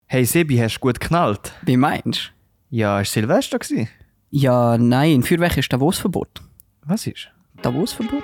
Hey Sebi, hast du gut geknallt? Wie meinst du? Ja, es war Silvester. Ja, nein, in Feuerwerk ist Davos-Verbot. Was ist? Davos-Verbot?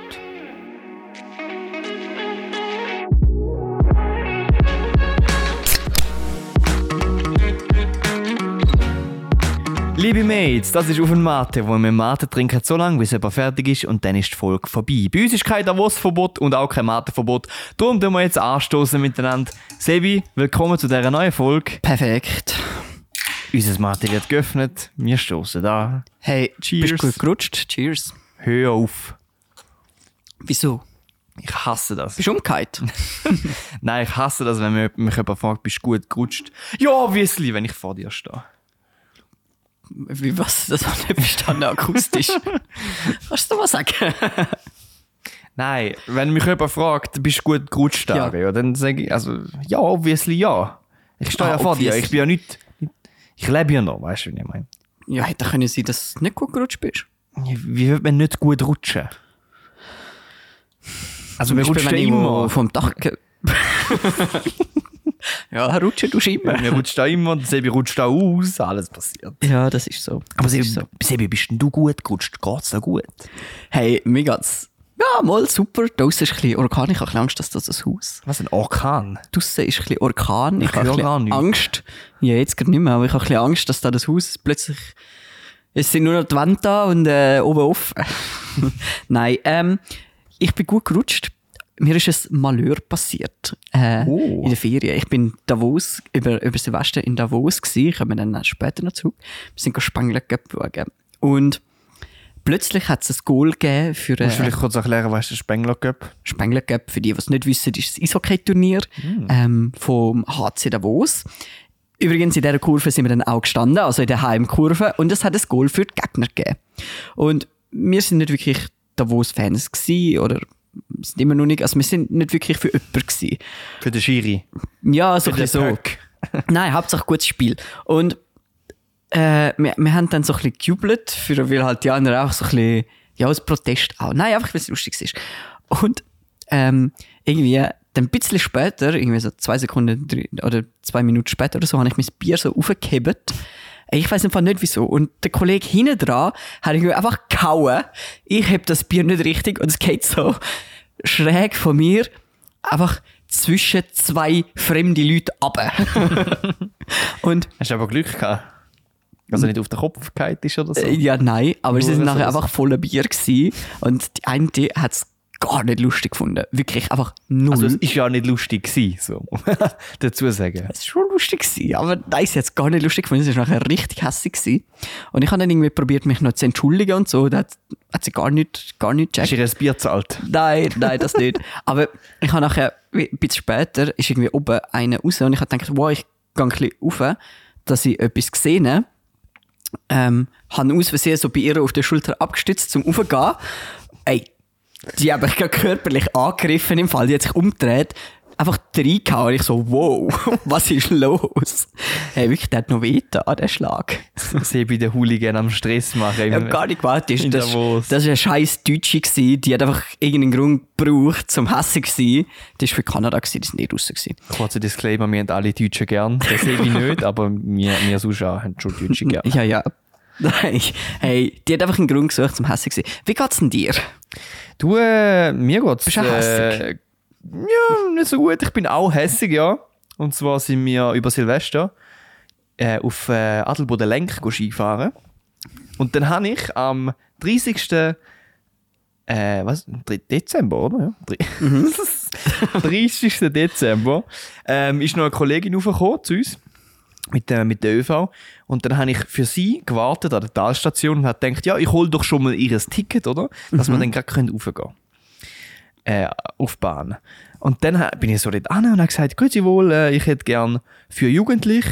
Liebe Mates, das ist «Auf den Mate», wo wir Mate trinken so lange, bis jemand fertig ist und dann ist die Folge vorbei. Bei uns ist kein Davos-Verbot und auch kein Mate-Verbot. Darum tun wir jetzt anstoßen miteinander. Sebi, willkommen zu dieser neuen Folge. Perfekt. Unser Mate wird geöffnet, wir stoßen an. Hey, Cheers. bist du gut gerutscht? Cheers. Hör auf. Wieso? Ich hasse das. Bist du umgekehrt? Nein, ich hasse das, wenn mich jemand fragt, bist du gut gerutscht? Ja, obviously, wenn ich vor dir stehe. Wie was? Das habe ich nicht verstanden, akustisch. Kannst du mal sagen? Nein, wenn mich jemand fragt, bist du gut gerutscht, ja, dann sage ich, also, ja, obviously ja. Ich stehe ja vor dir, ich bin ja nicht, ich lebe ja noch, weißt du, wie ich meine? Ja, hätte können sein, dass du nicht gut gerutscht bist. Wie wird man nicht gut rutschen? Also, wir rutschen immer. Vom Dach. Ja, rutschen tust du immer. Wir rutschen da immer, Sebi rutscht da aus, alles passiert. Ja, das ist so. Aber Sebi, bist denn du gut gerutscht? Geht's da gut? Hey, mir geht's. Ja, mal super. Draussen ist ein bisschen Orkan. Ich habe ein bisschen Angst, dass das Haus. Was, ein Orkan? Draussen ist ein bisschen Orkan. Ich habe ein gar bisschen nicht. Angst. Ja, jetzt gerade nicht mehr, aber ich habe ein bisschen Angst, dass da das Haus plötzlich. Es sind nur noch die Wände da und oben offen. Nein, ich bin gut gerutscht. Mir ist ein Malheur passiert in der Ferien. Ich bin Davos, über Silvester in Davos gsi. Ich komme dann später noch zurück. Wir sind Spengler schauen. Und plötzlich hat es ein Goal gegeben für... Musst du vielleicht kurz erklären, was ist der Spengler Cup? Spengler Cup, für die, die es nicht wissen, ist das Eishockey-Turnier vom HC Davos. Übrigens, in dieser Kurve sind wir dann auch gestanden, also in der Heimkurve. Und es hat ein Goal für die Gegner gegeben. Und wir sind nicht wirklich Davos-Fans gsi oder... sind immer noch nicht, also wir sind nicht wirklich für jemanden gewesen. Für den Schiri? Ja, so ein bisschen so. Nein, hauptsächlich gutes Spiel. Und wir haben dann so ein bisschen gejubelt, weil halt die anderen auch so ein bisschen, ja, als Protest auch. Nein, einfach weil es lustig ist. Und irgendwie, dann ein bisschen später, irgendwie so 2 Sekunden oder 2 Minuten später oder so, habe ich mein Bier so aufgehebt. Ich weiss einfach nicht wieso. Und der Kollege hinten dran hat irgendwie einfach gehauen. Ich heb das Bier nicht richtig und es geht so schräg von mir einfach zwischen 2 fremde Leute runter. Und hast du aber Glück gehabt? Also nicht auf den Kopf gefallen ist oder so? Ja, nein, aber Nur es waren nachher so. einfach voller Bier gewesen. Und die eine hat es gar nicht lustig gefunden. Wirklich einfach null. Also es ist ja nicht lustig gewesen, so. Dazu sagen. Es war schon lustig gewesen, aber nein, sie hat es gar nicht lustig gefunden. Es war nachher richtig hässlich gewesen. Und ich habe dann irgendwie probiert, mich noch zu entschuldigen und so. Da hat sie gar nicht Hast gecheckt. du ihr ein Bier gezahlt? Nein, das nicht. Aber ich habe nachher, ein bisschen später, ist irgendwie oben einer raus und ich habe gedacht, wow, ich gehe ein bisschen rauf, dass ich etwas gesehen habe. Habe aus Versehen so bei ihr auf der Schulter abgestützt, zum Raufgehen. Ey, die haben mich gerade körperlich angegriffen im Fall. Die hat sich umgedreht, einfach reingehauen. Und ich so, wow, was ist los? Hey, wirklich, der hat noch wehgetan, der Schlag. Sebi den Hooligan am Stress machen. Ich hab gar nicht gewartet. Das Davos. war eine scheiß Deutsche gewesen. Die hat einfach irgendeinen Grund gebraucht, zum hässlich zu sein. Die war für Kanada gewesen, die sind nicht draussen gewesen. Kurzer Disclaimer, wir haben alle Deutschen gern. Der Sebi nicht, aber wir Zuschauer haben schon Deutsche gern. Ja. Nein, hey, die hat einfach einen Grund gesucht, zum hässlich zu sein. Wie geht's denn dir? Du, mir geht's. Bist du hässig? Ja, nicht so gut. Ich bin auch hässig, ja. Und zwar sind wir über Silvester auf Adelboden-Lenk Skifahren. Und dann habe ich am 30. Dezember, oder? Ja. 30. Dezember ist noch eine Kollegin raufgekommen zu uns mit der ÖV. Und dann habe ich für sie gewartet an der Talstation und habe gedacht, ja, ich hole doch schon mal ihr Ticket, oder? Dass wir dann gerade raufgehen können. Auf die Bahn. Und dann bin ich so dort an und habe gesagt, grüezi wohl, ich hätte gern für Jugendliche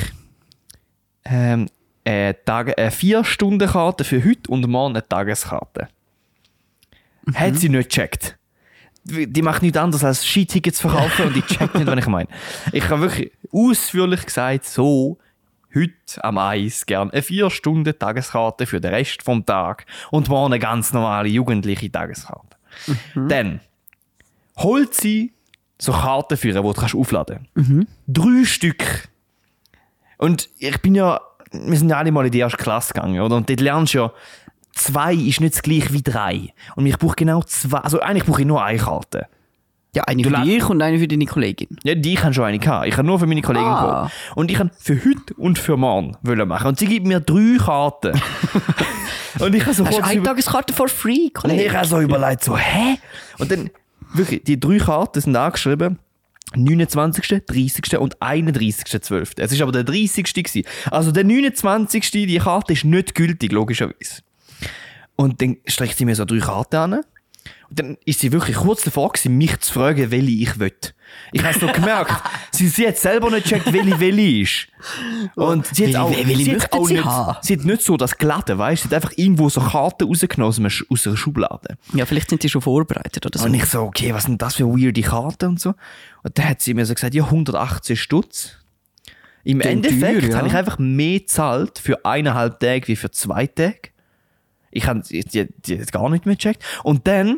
4 Stunden Karte für heute und morgen eine Tageskarte. Hat sie nicht gecheckt. Die macht nichts anderes als Skitickets verkaufen und die checkt nicht, was ich meine. Ich habe wirklich ausführlich gesagt, so, heute am Eis gern eine 4 Stunden Tageskarte für den Rest vom Tag und morgen eine ganz normale jugendliche Tageskarte. Dann holt sie so Karten für, die du aufladen kannst. 3 Stück. Und wir sind ja alle mal in die erste Klasse gegangen, oder? Und dort lernst du ja, 2 ist nicht das gleiche wie 3. Und ich brauche genau 2, also eigentlich brauche ich nur eine Karte. Ja, eine für dich und eine für deine Kollegin. Ja, die kann schon eine gehabt. Ich kann nur für meine Kollegin kommen. Und ich kann für heute und für morgen machen. Und sie gibt mir 3 Karten. Und ich habe so Hast du eine Tageskarte for free, Kollege? Und ich habe so überlegt, so, hä? Und dann, wirklich, die 3 Karten sind angeschrieben. 29., 30. und 31.12. Es war aber der 30. gewesen. Also der 29. die Karte ist nicht gültig, logischerweise. Und dann streckt sie mir so 3 Karten an. Und dann ist sie wirklich kurz davor gewesen, mich zu fragen, welche ich will. Ich habe so gemerkt, sie hat selber nicht gecheckt, welche ist. Und sie hat auch, sie hat nicht so das Glatte, weißt du? Sie hat einfach irgendwo so Karten rausgenommen aus einer Schublade. Ja, vielleicht sind sie schon vorbereitet oder so. Und ich so, okay, was sind das für weirde Karten und so. Und dann hat sie mir so gesagt, ja, 180 Stutz. Im Endeffekt habe ich einfach mehr gezahlt für 1,5 Tage wie für 2 Tage. Ich habe die gar nicht mehr gecheckt. Und dann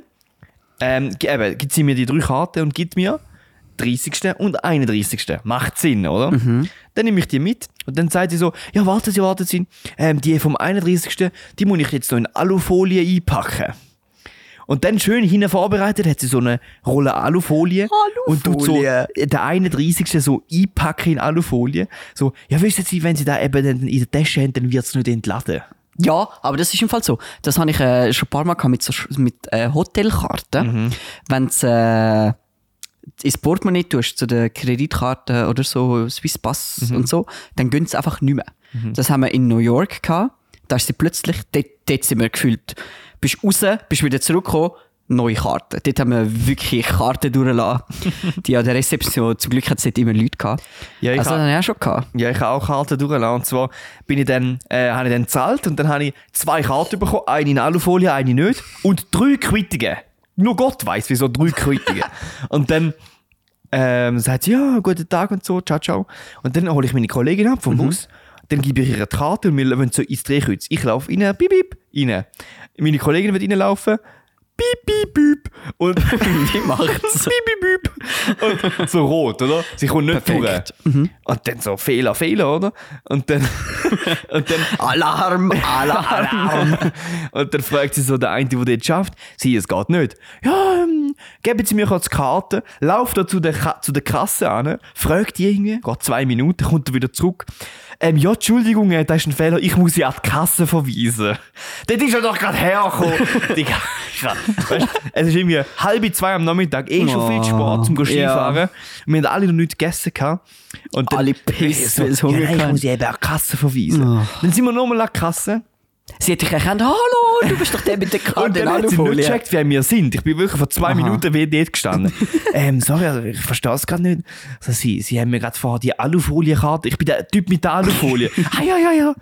gibt sie mir die 3 Karten und gibt mir 30. und 31. Macht Sinn, oder? Mhm. Dann nehme ich die mit und dann sagt sie so, ja, warten Sie, die vom 31. die muss ich jetzt noch in Alufolie einpacken. Und dann schön hinten vorbereitet hat sie so eine Rolle Alufolie. Und tut so den 31. so einpacken in Alufolie. So, ja, wissen Sie, wenn Sie da eben in der Tasche haben, dann wird es nicht entladen. Ja, aber das ist im Fall so. Das habe ich schon ein paar Mal gehabt mit Hotelkarten. Mhm. Wenn du ins Portemonnaie tust, zu den Kreditkarten oder so, Swisspass und so, dann gehen sie einfach nicht mehr. Mhm. Das haben wir in New York gehabt. Da ist sie plötzlich, dort sind wir gefühlt, bist raus, bist wieder zurückgekommen, neue Karten. Dort haben wir wirklich Karten durchgelassen. Die an der Rezeption, zum Glück hat es nicht immer Leute gehabt. Ja, also das habe ich auch schon gehabt. Ja, ich habe auch Karten durchgelassen. Und zwar habe ich dann gezahlt und dann habe ich 2 Karten bekommen, eine in Alufolie, eine nicht. Und 3 Quittungen. Nur Gott weiss, wieso 3 Quittungen. Und dann sagt sie, ja, guten Tag und so, ciao, ciao. Und dann hole ich meine Kollegin ab vom Bus. Dann gebe ich ihr eine Karte und wir wollen so ins Drehkreuz. Ich laufe rein, piep, piep, rein. Meine Kollegin wird reinlaufen, piep, piep, piep. Und die macht so. Piep, piep, piep. Und so rot, oder? Sie kommt nicht durch. Mhm. Und dann so Fehler, oder? Und dann Alarm. Und dann fragt sie so der eine, der das schafft, sie, es geht nicht. Ja, geben Sie mir kurz die Karte, lauft da zu der Kasse an, fragt die irgendwie, geht 2 Minuten, kommt er wieder zurück. Ja, Entschuldigung, da ist ein Fehler, ich muss Sie an die Kasse verweisen. Dort ist er doch gerade hergekommen. Weißt, es ist irgendwie 1:30 am Nachmittag, schon viel Sport zum Skifahren. Ja. Wir haben alle noch nichts gegessen. Und dann, alle piss, so, ich muss Sie eben an die Kasse verweisen. Oh. Dann sind wir nochmal an die Kasse. Sie hat dich erkannt, hallo, du bist doch der mit der Karte. Und dann hat sie nicht gecheckt, wer wir sind. Ich bin wirklich vor 2 Minuten wie dort gestanden. Sorry, also ich verstehe es gerade nicht. Also sie haben mir gerade vorher die Alufoliekarte. Ich bin der Typ mit der Alufolie. Ja.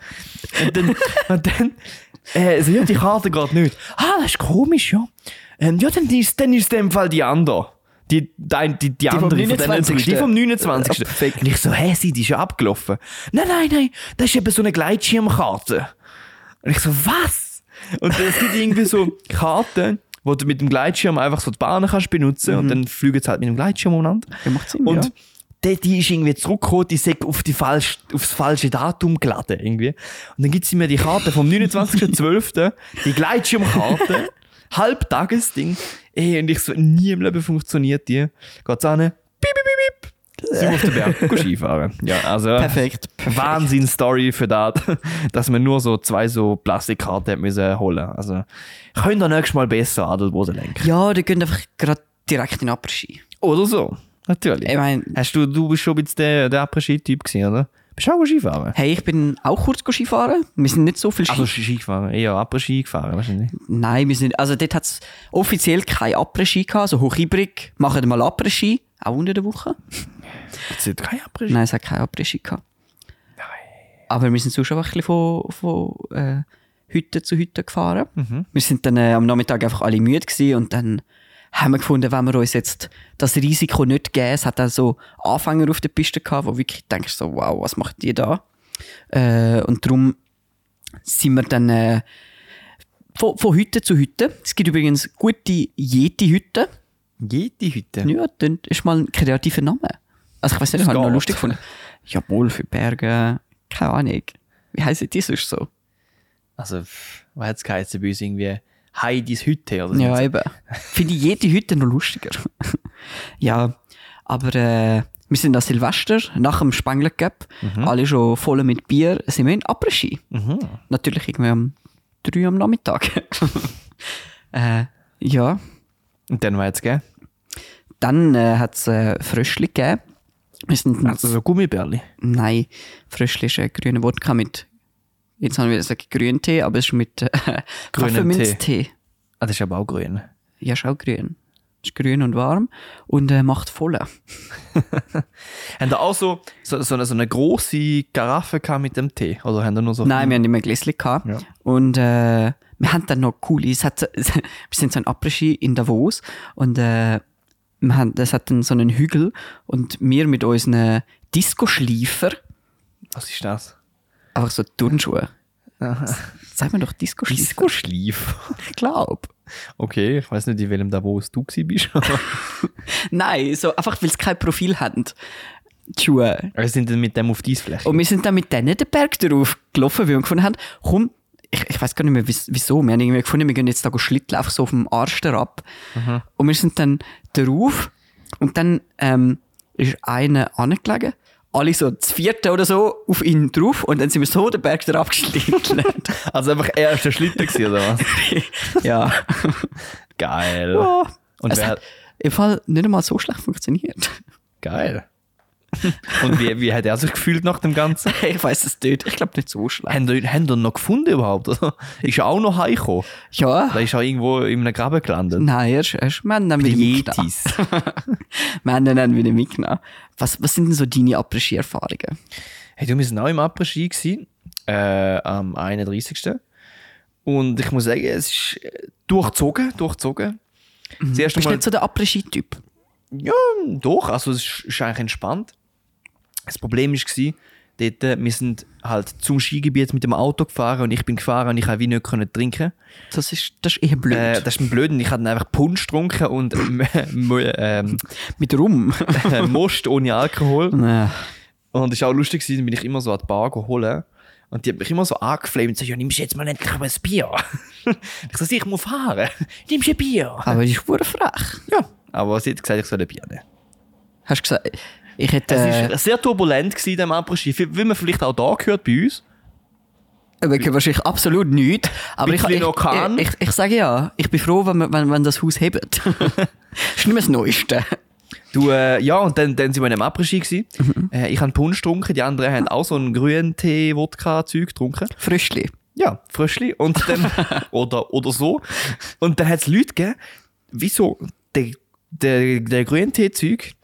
Und dann ja, die Karte geht nicht. Das ist komisch, ja. Ja, dann ist in dem Fall die andere. Die andere, die vom 29. Ja, und ich so, die ist ja abgelaufen. Nein, das ist eben so eine Gleitschirmkarte. Und ich so, was? Und es gibt irgendwie so Karten, wo du mit dem Gleitschirm einfach so die Bahnen kannst benutzen und dann fliegen sie halt mit dem Gleitschirm umeinander. Ja, macht Sinn, und die ist irgendwie zurückgekommen, die ist aufs falsche Datum geladen irgendwie. Und dann gibt sie mir die Karte vom 29.12., die Gleitschirmkarte, Halbtagesding. Und ich so, nie im Leben funktioniert die. Geht's an, piep, piep, piep. Sind wir auf den Berg Skifahren. Ja, also perfekt. Wahnsinn-Story für das, dass man nur so 2 so Plastikkarten müssen holen. Also könnt ihr nächstes Mal besser Adelboden lenken. Ja, die gehen einfach gerade direkt in den Après-Ski. Oder so, natürlich. Ich mein, du bist schon ein bisschen der Après-Ski-Typ gewesen, oder? Bist du auch Skifahren? Hey, ich bin auch kurz Skifahren. Wir sind nicht so viel Ski. Also Skifahren, eher Après-Ski gefahren, wahrscheinlich. Nein, dort hat es offiziell kein Après-Ski gehabt. So Hochibrig, machen mal Après-Ski, auch unter der Woche. Es hat kein Après-Ski? Nein, es hat kein Après-Ski gehabt. Nein. Aber wir sind sonst einfach ein bisschen von Hütte zu Hütte gefahren. Mhm. Wir sind dann am Nachmittag einfach alle müde gewesen und dann haben wir gefunden, wenn wir uns jetzt das Risiko nicht geben, es hat dann so Anfänger auf der Piste gehabt, wo wirklich denkst so, wow, was macht ihr da? Und darum sind wir dann von Hütte zu Hütte. Es gibt übrigens gute Yeti-Hütten. Yeti-Hütte? Ja, das ist mal ein kreativer Name. Also ich weiß nicht, ich habe noch lustig gefunden. Jawohl, für Berge Keine Ahnung. Wie heissen die sonst so? Also, was hat es geheißen bei uns irgendwie? Heidis Hütte oder so? Ja, eben. Finde ich jede Hütte noch lustiger. Ja, aber wir sind an Silvester, nach dem Spengler Cup, alle schon voll mit Bier, sind wir in Après-Ski. Natürlich irgendwie um 3 am Nachmittag. Ja. Und dann war es gegeben? Dann hat es Fröschli gegeben. Wir sind Also so Gummibärli? Nein, Fröschli ist ein grüner Wodka mit, jetzt haben wir gesagt Grüntee, aber es ist mit Pfefferminztee. Ah, das ist aber auch grün. Ja, ist auch grün. Ist grün und warm und macht voll. Haben da auch so eine grosse Karaffe gehabt mit dem Tee? Oder haben da nur so... Nein, wir haben immer Gläschen gehabt. Ja. Und wir haben dann noch coole, wir sind so ein Après-Ski in Davos und das hat dann so einen Hügel und wir mit unseren Disco-Schleifer, Was ist das? einfach so Turnschuhe. Sag mir doch Disco-Schleifer. Disco-Schleif? Ich glaube. Okay, ich weiß nicht, in welchem Davos du bist. Nein, so einfach, weil sie kein Profil haben. Die Schuhe. Wir sind dann mit dem auf die Eisfläche. Und wir sind dann mit denen den Berg drauf gelaufen, weil wir gefunden haben, komm, ich weiß gar nicht mehr wieso, wir haben irgendwie gefunden, wir gehen jetzt da Schlitteln einfach so auf dem Arsch ab. Und wir sind dann drauf und dann ist einer angelegen, alle so das vierte oder so auf ihn drauf und dann sind wir so den Berg drauf geschlittelt. Also einfach erster Schlitten gewesen, oder was? Ja. Geil. Oh, Und es wer hat im Fall nicht einmal so schlecht funktioniert. Geil. Und wie hat er sich gefühlt nach dem Ganzen? Ich weiß es nicht. Ich glaube nicht so schlecht. Haben ihr ihn noch gefunden überhaupt? Oder? Ist er auch noch heimgekommen? Ja. Da ist er irgendwo in einem Graben gelandet. Nein, wir haben ihn dann wieder mitgenommen. Yetis. Wir haben ihn dann wieder mitgenommen. Was sind denn so deine Après-Ski-Erfahrungen? Hey, wir waren auch im Après-Ski gewesen, am 31. Und ich muss sagen, es ist durchzogen. Bist du nicht so der Après-Ski-Typ? Ja, doch. Also es ist eigentlich entspannt. Das Problem war, dort, wir sind halt zum Skigebiet mit dem Auto gefahren und ich bin gefahren und ich konnte wie nicht trinken. Das ist eher blöd. Das ist blöd und ich hatte einfach Punsch getrunken und mit Rum. Most ohne Alkohol. Ja. Und es war auch lustig, dann bin ich immer so an die Bar geholt. Und die hat mich immer so angeflamed und gesagt, ja, nimmst du jetzt mal endlich mal ein Bier? Ich sage, ich muss fahren. Nimmst du ein Bier? Aber die ist pure frech. Ja, aber sie hat gesagt, ich soll ein Bier nehmen. Hast du gesagt, ich hätte... Es war sehr turbulent in diesem Après-Ski, wie man vielleicht auch da gehört bei uns. Wir können wahrscheinlich absolut nichts. Aber ich sage ja, ich bin froh, wenn das Haus hebt. Das ist nicht mehr das Neueste. Du, ja, und dann sind wir in einem Après-Ski gewesen. Ich habe Punsch getrunken, die anderen haben auch so einen Grüntee-Wodka-Zeug getrunken. Fröschli. Ja, Fröschli. Und dann, oder so. Und dann hat es Leute gegeben, wie so, der Grüntee-Zeug,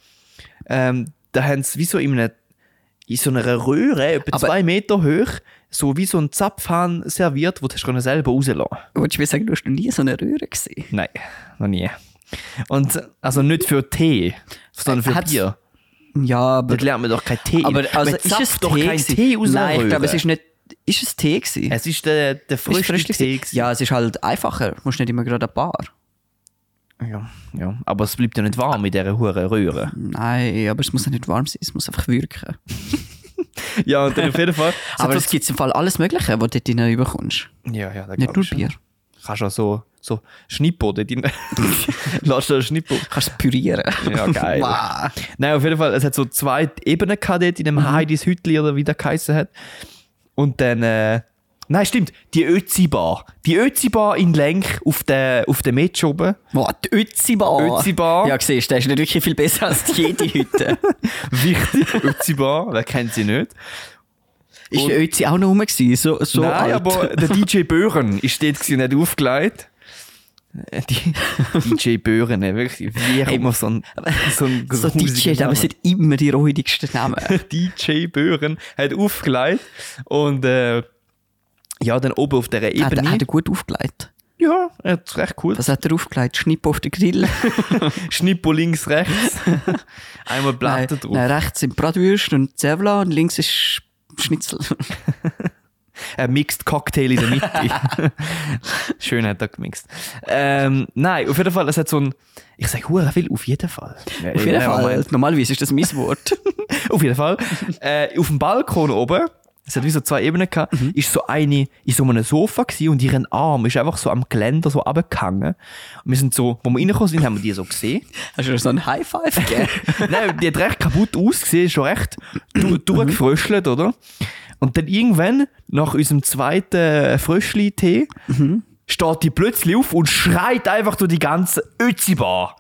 da haben sie wie so in so einer Röhre, etwa 2 Meter hoch, so wie so ein Zapfhahn serviert, wo du selber rauslassen kannst. Wolltest du mir sagen, du hast noch nie so eine Röhre gesehen? Nein, noch nie. Und, also nicht für Tee, sondern für Bier. Ja, aber... Dort lernt man doch kein Tee. Aber also, ist es doch kein Tee aus der Nein, ich glaube, Röhre. es ist nicht... Ist es Tee gewesen? Es ist der frische Tee gewesen. Ja, es ist halt einfacher. Du musst nicht immer gerade an die Bar. Ja, aber es bleibt ja nicht warm in dieser huren Röhre. Nein, aber es muss ja nicht warm sein, es muss einfach wirken. Ja, und dann auf jeden Fall... Aber es gibt im Fall alles Mögliche, was du dort reinbekommst. Ja, da Nicht nur Bier. Kannst auch so Schnippo dort rein. Lass du Schnippo. Kannst es pürieren. Ja, geil. Wow. Nein, auf jeden Fall, es hat so 2 Ebenen gehabt dort in dem Heidis Hütli oder wie der geheissen hat. Und dann... Nein, stimmt, die Ötzi-Bar. Die Ötzi-Bar in Lenk auf der Metsch oben. Wow, die Ötzi-Bar. Ötzi-Bar. Ja, siehst du, der ist nicht wirklich viel besser als jede Hütte. Wichtig, Ötzi-Bar, wer kennt sie nicht? Ist der Ötzi auch noch rum gewesen? So Nein, alt. aber der DJ Böhren ist dort gewesen, nicht aufgelegt. DJ Böhren, wirklich, wie immer so ein so DJ, aber es sind immer die räudigsten Namen. DJ Böhren hat aufgelegt und ja, dann oben auf dieser Ebene. Hat er gut aufgelegt? Ja, er hat recht cool. Was hat er aufgelegt? Schnippo auf den Grill? Schnippo links, rechts. Einmal Platte drauf. Nein, rechts sind Bratwürste und Zevla und links ist Schnitzel. Ein Mixed Cocktail in der Mitte. Schön hat er gemixt. Nein, auf jeden Fall, es hat so ein... Ich sage hure viel, auf jeden Fall. Auf jeden Fall. Normalerweise ist das mein Wort. Auf jeden Fall. Auf dem Balkon oben es hat wie so 2 Ebenen gehabt, ist so eine in so einem Sofa gewesen und ihren Arm ist einfach so am Geländer so runtergehangen. Und wir sind so, wo wir reingekommen sind, haben wir die so gesehen. Hast du so einen High Five gegeben? Nein, die hat recht kaputt ausgesehen, schon recht durchgefröschelt, oder? Und dann irgendwann, nach unserem zweiten Fröschli-Tee, steht die plötzlich auf und schreit einfach durch die ganze Ötzi-Bar.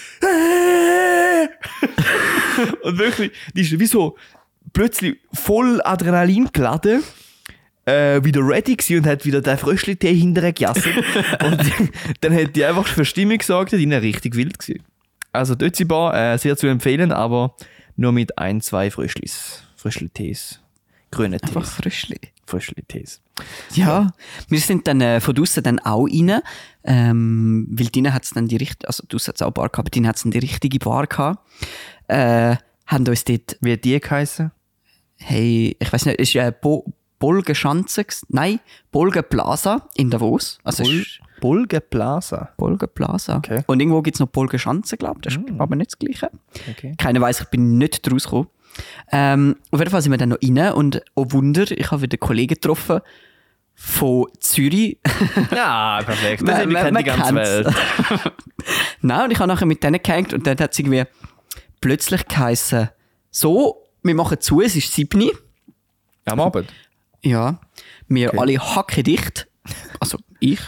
Und wirklich, die ist wie so plötzlich voll Adrenalin geladen, wieder ready gewesen und hat wieder den Fröschli-Tee hinterher gegessen. Und dann hat die einfach für Stimmung gesorgt, die war richtig wild gewesen. Also die Ötzi-Bar, sehr zu empfehlen, aber nur mit 1-2 Fröschli-Tees. Grüne Tees. Einfach Fröschli-Tees. Ja, wir sind dann von draussen dann auch rein, weil drinnen hat es dann die richtige, also draussen hat es auch Bar gehabt, aber drinnen hat es dann die richtige Bar gehabt. Haben uns dort... Wie hat die geheißen? Hey, ich weiß nicht, ist Bolgenschanze, nein, Bolgenplaza in Davos. Also Bolgenplaza. Bolgenplaza. Okay. Und irgendwo gibt es noch Bolgenschanze, glaube ich. Das ist aber nicht das Gleiche. Okay. Keiner weiss, ich bin nicht draus gekommen. Auf jeden Fall sind wir dann noch rein und oh Wunder, ich habe wieder Kollegen getroffen von Zürich. Ja, perfekt. Das kennt die ganze Welt. Nein, und ich habe nachher mit denen gehängt und dann hat es irgendwie plötzlich geheißen, so, wir machen zu, es ist 7 Uhr. Am Abend? Ja, wir alle hacken dicht. Also ich.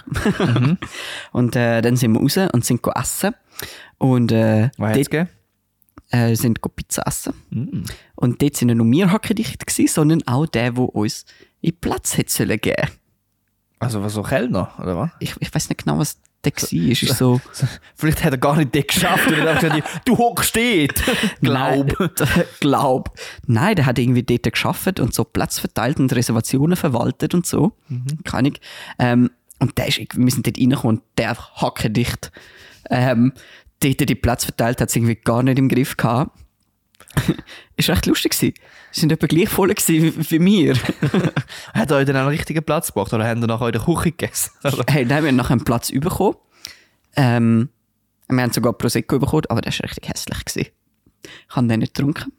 Und dann sind wir raus und sind essen. Und Was hat's gegeben? sind Pizza essen. Und dort sind nicht nur wir hackendicht gewesen, sondern auch der uns in Platz hätte sollen geben. Also was, so Kellner, oder was? Ich weiß nicht genau, was der war. Ist so... Vielleicht hat er gar nicht den geschafft und dann hat er gesagt, du hockst dort. Glaub. Nein, der hat irgendwie dort geschafft und so Platz verteilt und Reservationen verwaltet und so. Keine Ahnung. Und der ist, wir sind dort reingekommen und der einfach hackendicht. Dort die Platz verteilt hat es irgendwie gar nicht im Griff gehabt. Ist recht lustig gewesen. Sie sind etwa gleich voll gewesen wie wir. Hat er euch dann einen richtigen Platz gebracht oder haben ihr nachher in der Küche gegessen? Hey, dann haben wir nachher einen Platz bekommen. Wir haben sogar Prosecco bekommen, aber der war richtig hässlich gewesen. Ich habe den nicht getrunken.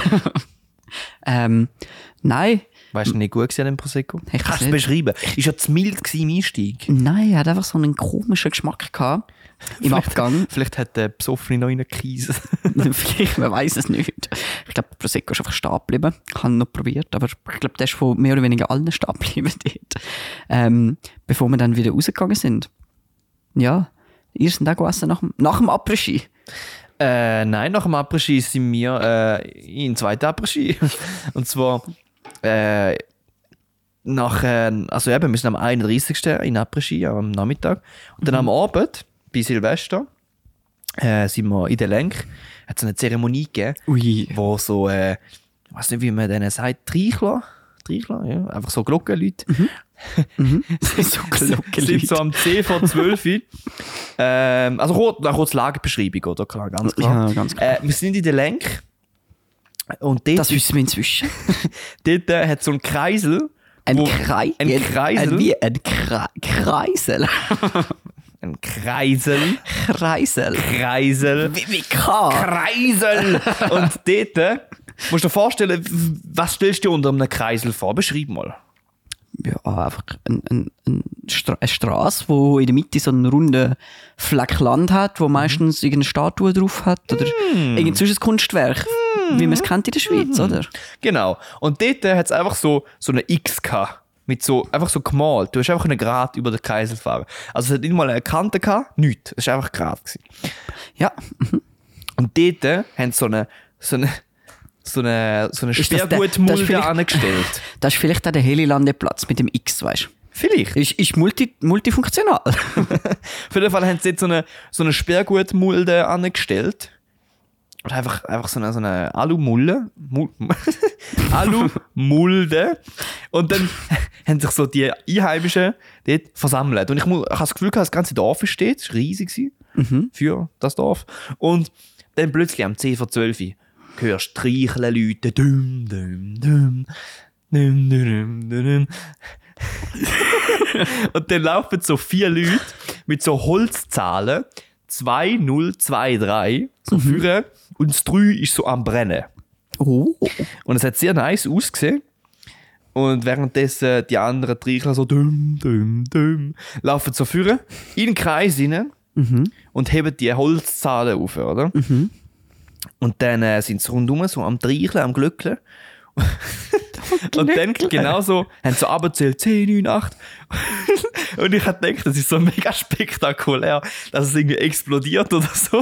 Nein. Weißt du nicht gut gewesen an dem Prosecco? Ich Kannst du es beschreiben? Ist ja zu mild gewesen im Einstieg. Nein, er hat einfach so einen komischen Geschmack gehabt. Im Abgang. Vielleicht hat der Besoffene noch in einer Krise. Vielleicht, man weiß es nicht. Ich glaube, der Prosecco ist einfach stehen geblieben. Ich habe ihn noch probiert, aber ich glaube, der ist von mehr oder weniger allen stehen geblieben dort. Bevor wir dann wieder rausgegangen sind. Ja, ihr seid auch gegessen nach dem Après-Ski. Nein, nach dem Après-Ski sind wir in zweiten Après-Ski. Und zwar also eben, wir sind am 31. in Après-Ski am Nachmittag. Und dann am Abend, bei Silvester, sind wir in der Lenk. Hat es eine Zeremonie gegeben, wo so, ich weiß nicht, wie man denen sagt, Treichler, ja, einfach so Glockenleute. So Glockenleute. Sind so am 10 vor 12. Also kurz Lagebeschreibung, oder? Klar, ganz klar. Ja, ganz klar. Wir sind in der Lenk. Und dort, Das wissen wir inzwischen. Dort hat so ein Kreisel. Ein Kreisel? Wie ein Kreisel? Ein Kreisel. Kreisel. Wie Kreisel. Und dort musst du dir vorstellen, was stellst du dir unter einem Kreisel vor? Beschreib mal. Ja, einfach eine Straße, wo in der Mitte so einen runden Fleck Land hat, wo meistens irgendeine Statue drauf hat oder irgendein Zwischenkunstwerk, wie man es kennt in der Schweiz, oder? Genau. Und dort hat es einfach so eine X gehabt. Einfach so gemalt. Du hast einfach einen Grat über den Kreisel fahren. Also es hat nicht mal eine Kante gehabt, nichts. Es war einfach Grat gewesen. Ja. Und dort haben sie so eine Sperrgutmulde angestellt. Das ist vielleicht auch der Helilandeplatz mit dem X, weißt du? Vielleicht. Ist multifunktional. Auf jeden Fall haben sie jetzt so eine Sperrgutmulde angestellt. Oder einfach so eine Alumulde. Alumulde. Und dann haben sich so die Einheimischen dort versammelt. Und ich habe das Gefühl, das ganze Dorf steht. Es war riesig für das Dorf. Und dann plötzlich am 10 vor 12 hörst du streicheln Leute. Dum, dum, dum. Dum, dum, dum, dum. Und dann laufen so 4 Leute mit so Holzzahlen. 2, 0, 2, 3. So führen. Und das 3 ist so am Brennen. Oh. Und es hat sehr nice ausgesehen. Und währenddessen die anderen Treichler so laufen so führen, in den Kreis rein und heben die Holzzahlen auf, oder? Und dann sind sie rundum so am Treicheln, am Glöckeln. Und dann genauso haben sie so abgezählt, 10, 9, 8. Und ich habe gedacht, das ist so mega spektakulär, dass es irgendwie explodiert oder so.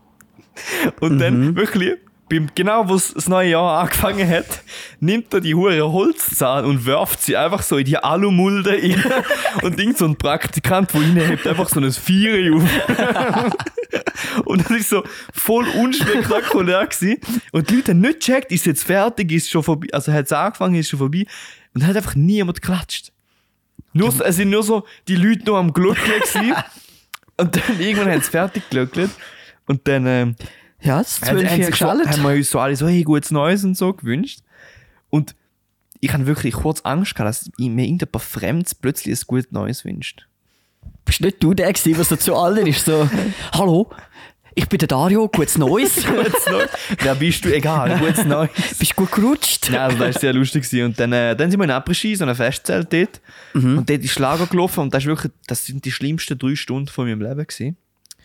Und dann wirklich, genau wo das neue Jahr angefangen hat, nimmt er die hure Holzzahl und wirft sie einfach so in die Alumulde rein. Und irgend so ein Praktikant, der reinhebt, einfach so ein Vieri auf. Und das ist so voll unspektakulär gewesen. Und die Leute haben nicht gecheckt, ist jetzt fertig, ist schon vorbei. Also hat es angefangen, ist schon vorbei. Und dann hat einfach niemand geklatscht. Es sind nur so die Leute noch am Glöckeln gewesen. Und dann irgendwann haben sie fertig geglöckelt. Und dann ja, das 12 geschaltet. Haben wir uns so alle so, hey, gutes Neues und so gewünscht. Und ich hatte wirklich kurz Angst gehabt, dass mir irgendjemand Fremdes plötzlich ein gutes Neues wünscht. Bist nicht du der gewesen, was so zu allen ist? So, hallo, ich bin der Dario, gutes Neues. Gutes Neues. Wer bist du? Egal, gutes Neues. Bist du gut gerutscht? Nein, also das war sehr lustig. Und dann sind wir in Après-Ski, so ein Festzelt dort. Und dort ist Schlager gelaufen und das sind die schlimmsten 3 Stunden von meinem Leben gewesen.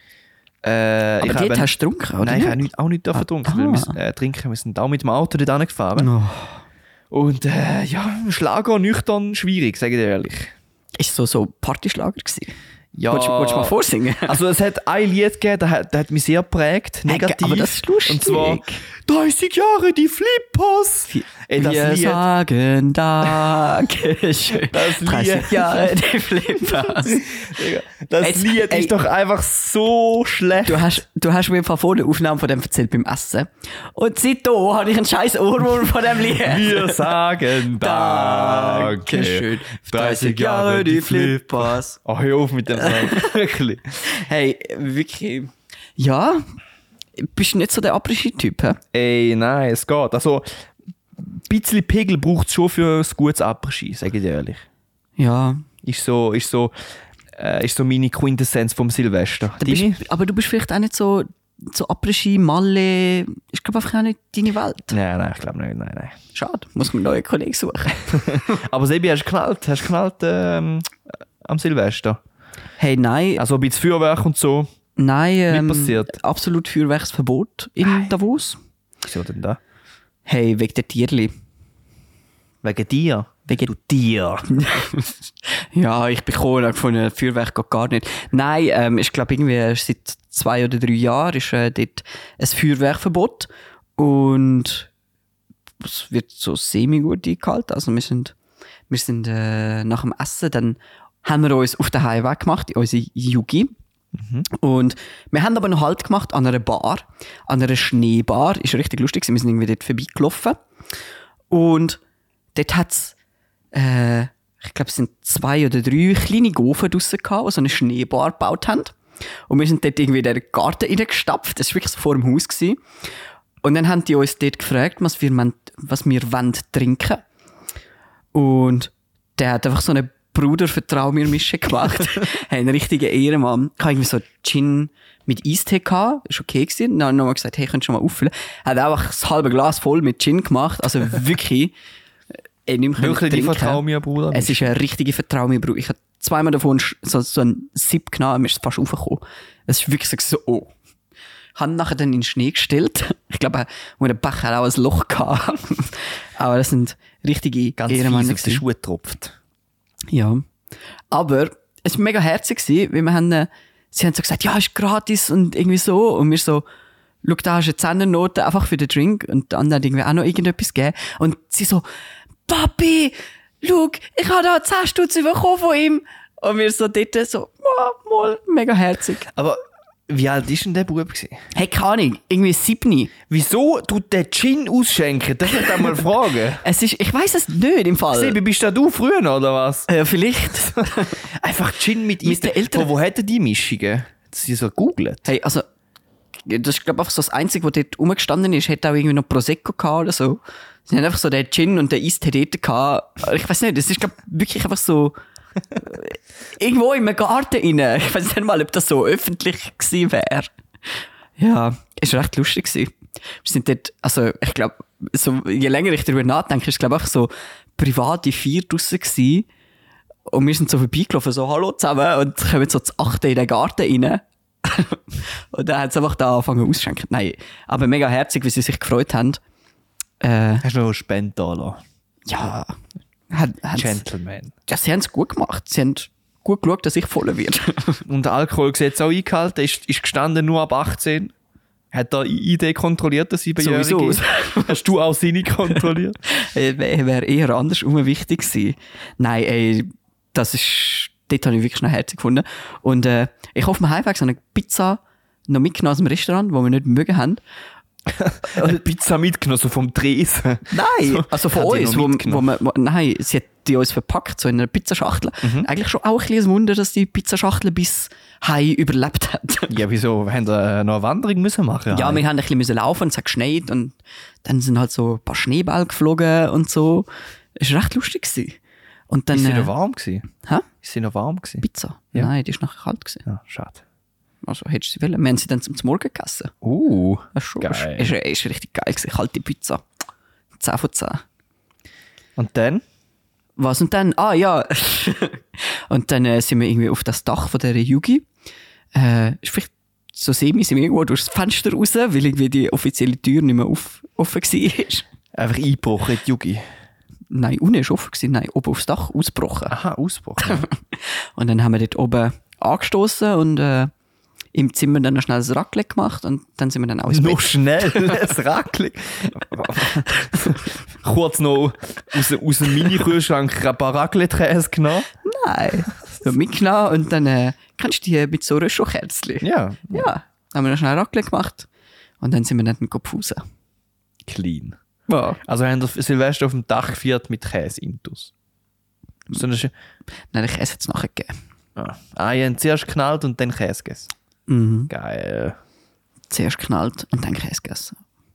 Aber dort hast du getrunken, oder? Nein, ich habe auch nicht getrunken, weil wir sind auch mit dem Auto dort angefahren. Oh. Und Schlager nüchtern schwierig, sage ich dir ehrlich. Ist so Partyschlager gewesen? Ja. Wolltest du mal vorsingen? Also es hat ein Lied gegeben, der hat mich sehr geprägt, negativ. Aber das ist lustig. Und zwar 30 Jahre die Flippers. Wir sagen Dankeschön. Das Lied. 30 Jahre die Flippers. Das Lied ist doch einfach so schlecht. Du hast mir im Fall vor der Aufnahme von dem erzählt beim Essen. Und seitdem habe ich einen scheiß Ohrwurm von dem Lied. Wir sagen Dankeschön. 30 Jahre die Flippers. Oh, hör auf mit dem Song. Wirklich. Hey, wirklich. Ja, bist du nicht so der Après-Ski-Typ, hä? Ey, nein, es geht. Also, ein bisschen Pegel braucht es schon für ein gutes Après-Ski, sage ich dir ehrlich. Ja. Ist so meine Quintessenz vom Silvester. Aber du bist vielleicht auch nicht so Après-Ski, Malle. Ich glaube einfach auch nicht deine Welt. Nein, ich glaube nicht. Nein. Schade, muss man einen neuen Kollegen suchen. Aber Sebi, hast du geknallt am Silvester? Hey, nein. Also ein bisschen Feuerwerk und so? Nein, nicht passiert. Absolut Feuerwerksverbot in Davos. Wieso denn da? Hey, wegen der Tierli. Wegen dir? Wegen dir. Ja, ich bin gekommen von einem Feuerwerk geht gar nicht. Nein, ich glaube irgendwie seit 2 oder 3 Jahren ist dort ein Feuerwerkverbot und es wird so semi-gut eingehalten. Also wir sind nach dem Essen, dann haben wir uns auf den Heimweg gemacht, in unsere Yugi. Und wir haben aber noch Halt gemacht an einer Bar, an einer Schneebar. Ist richtig lustig, wir sind irgendwie dort vorbeigelaufen. Und dort hat es, ich glaube, es sind 2 oder 3 kleine Gofen draussen gehabt, die so eine Schneebar gebaut haben. Und wir sind dort irgendwie in den Garten reingestapft. Das war wirklich so vor dem Haus gewesen. Und dann haben die uns dort gefragt, was wir wollen trinken. Und der hat einfach so eine Bruder-Vertrau mir Mische gemacht. Ein richtiger Ehrenmann. Ich hatte irgendwie so Gin mit Eistee gehabt. Ist okay gewesen. Dann habe ich nochmal gesagt, hey, könntest du schon mal auffüllen. Er hat einfach das halbe Glas voll mit Gin gemacht. Also wirklich, nicht mehr wirklich die Vertrau mir, Bruder. Es ist eine richtige Vertrau mir, Bruder. Ich habe 2-mal davon so einen Sip genommen, mir ist fast aufgekommen. Es ist wirklich so, oh. Ich habe ihn nachher dann in den Schnee gestellt. Ich glaube, wo der Becher auch ein Loch gehabt. Aber das sind richtige ganz Ehrenmänner. Ganz fies, Schuhe tropft. Ja. Aber es war mega herzig, weil sie haben so gesagt, ja, ist gratis und irgendwie so. Und wir so, schau, da hast du eine 10er-Note einfach für den Drink. Und der andere hat irgendwie auch noch irgendetwas gegeben. Und sie so, Papi, schau, ich habe da 10 Stutz bekommen von ihm. Und wir so dort so, mal, mega herzig. Aber wie alt war denn der Bub? Hey, keine Ahnung, irgendwie 7. Wieso tut der Gin ausschenken? Darf ich da mal fragen? Ich weiss es nicht im Fall. Sebi, bist da du früher oder was? Ja, vielleicht. Einfach Gin mit Mit den Eltern. Wo hätten die Mischungen? Das ist so gegoogelt. Hey, also, das ist, glaube ich, so das Einzige, was dort rumgestanden ist. Hätte auch irgendwie noch Prosecco gehabt oder so. Sie haben einfach so den Gin und den Eistee dort gehabt. Ich weiß nicht, das ist, glaube ich, wirklich einfach so irgendwo in einem Garten rein. Ich weiß nicht mal, ob das so öffentlich gewesen wäre. Ja, es war recht lustig gewesen. Wir sind dort, also ich glaube, so, je länger ich darüber nachdenke, ist es glaube ich so private Feier draussen gewesen. Und wir sind so vorbeigelaufen, so «Hallo zusammen» und kommen so zu 8 in den Garten rein. Und dann hat es einfach da angefangen auszuschenken. Nein, aber mega herzig, wie sie sich gefreut haben. Hast du noch Spende da lassen? Ja. Gentleman. Ja, sie haben es gut gemacht. Sie haben gut geschaut, dass ich voll werde. Und der Alkoholgesetz auch eingehalten, ist gestanden nur ab 18. Hat er ID kontrolliert, der 7-Jährige? Sowieso. Hast du auch seine kontrolliert? Wäre eher andersrum wichtig gewesen. Nein, ey, dort habe ich wirklich noch herzig gefunden. Und ich hoffe, wir heimweg so eine Pizza noch mitgenommen aus dem Restaurant, wo wir nicht mögen haben. Eine Pizza mitgenommen, so vom Tresen. Nein, so, also von uns, nein, sie hat die uns verpackt, so in einer Pizzaschachtel. Eigentlich schon auch ein bisschen ein Wunder, dass die Pizzaschachtel bis heim überlebt hat. Ja, wieso? Wir haben da noch eine Wanderung müssen machen. Ja, wir haben ein bisschen laufen, es hat geschneit und dann sind halt so ein paar Schneebälle geflogen und so. Es war recht lustig gewesen. Und dann, ist sie noch warm gewesen? Hä? Ist sie noch warm gewesen? Pizza? Ja. Nein, die ist nachher kalt gewesen. Ja, schade. Also hättest du sie wollen. Wir haben sie dann zum Morgen gegessen. Das ist schon geil. ist richtig geil gewesen. Kalte Pizza. 10 von 10. Und dann? Was und dann? Ah ja. Und dann sind wir irgendwie auf das Dach von dieser Yugi. Ist vielleicht so semi, sind wir irgendwo durchs Fenster raus, weil irgendwie die offizielle Tür nicht mehr offen war. Einfach eingebrochen in die Yugi. Nein, unten war offen gewesen. Nein, oben aufs Dach ausgebrochen. Aha, ausgebrochen. Und dann haben wir dort oben angestoßen und im Zimmer dann noch schnell ein Raclette gemacht und dann sind wir dann auch ins Bett. Noch schnell ein Raclette. Kurz noch aus dem Mini-Kühlschrank ein paar Raclette-Käse genommen. Nein. So mitgenommen und dann kannst du die mit so Röschelkerzchen. Ja. Ja. Dann haben wir noch schnell Raclette gemacht und dann sind wir dann Pfusen. Clean. Ja. Also haben wir Silvester auf dem Dach gefeiert mit Käse-Intus. So Nein, den Käse hat es nachher gegeben. ihr habt zuerst geknallt und dann Käse gegessen. Mhm. Geil. Zuerst geknallt und dann Käse gegessen.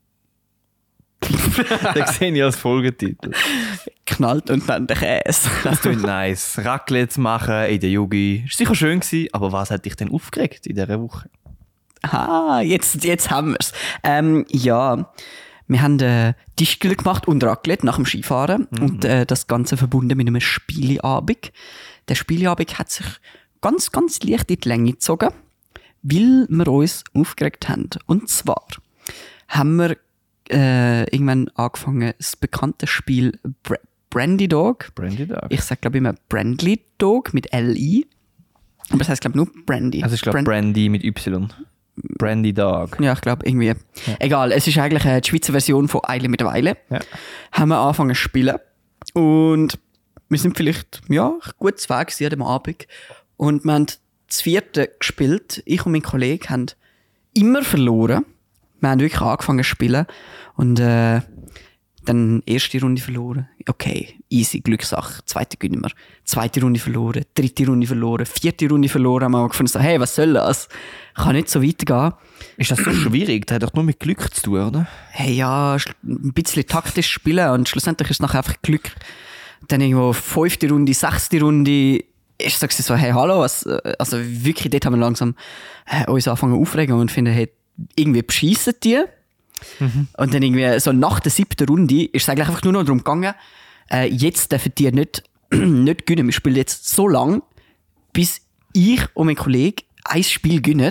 Das sehe ich als Folgetitel. Knallt und dann der Käse. Das klingt nice. Raclette machen in der Yugi. Ist sicher schön gewesen, aber was hat dich denn aufgeregt in dieser Woche? Ah, jetzt haben wir es. Ja, wir haben Tischgrill gemacht und Raclette nach dem Skifahren und das Ganze verbunden mit einem Spieleabend. Der Spieleabend hat sich ganz, ganz leicht in die Länge gezogen, weil wir uns aufgeregt haben. Und zwar haben wir irgendwann angefangen, das bekannte Spiel Brandy Dog. Brandy Dog. Ich sage, glaube ich, immer Brandly Dog mit L-I. Aber das heißt, glaube ich, nur Brandy. Also ich glaube Brandy mit Y. Brandy Dog. Ja, ich glaube, irgendwie. Ja. Egal, es ist eigentlich die Schweizer Version von Eile mit Weile. Ja. Haben wir angefangen zu spielen. Und wir sind vielleicht, gut zu Weg an dem Abend. Und wir haben das 4. gespielt. Ich und mein Kollege haben immer verloren. Wir haben wirklich angefangen zu spielen. Und dann erste Runde verloren. Okay, easy, Glückssache. 2. gewinnen wir. 2. Runde verloren. 3. Runde verloren. 4. Runde verloren. Haben wir gefunden, so, hey, was soll das? Kann nicht so weitergehen. Ist das so schwierig? Das hat doch nur mit Glück zu tun, oder? Hey, ja, ein bisschen taktisch spielen. Und schlussendlich ist es nachher einfach Glück. Dann irgendwo 5. Runde, 6. Runde. Ich sag so, hey, hallo, also wirklich, dort haben wir langsam uns angefangen aufregen und finden, hey, irgendwie beschissen die. Und dann irgendwie so nach der 7. Runde ist es eigentlich einfach nur noch darum gegangen, jetzt dürfen die nicht gewinnen. Wir spielen jetzt so lang, bis ich und mein Kollege ein Spiel gewinnen.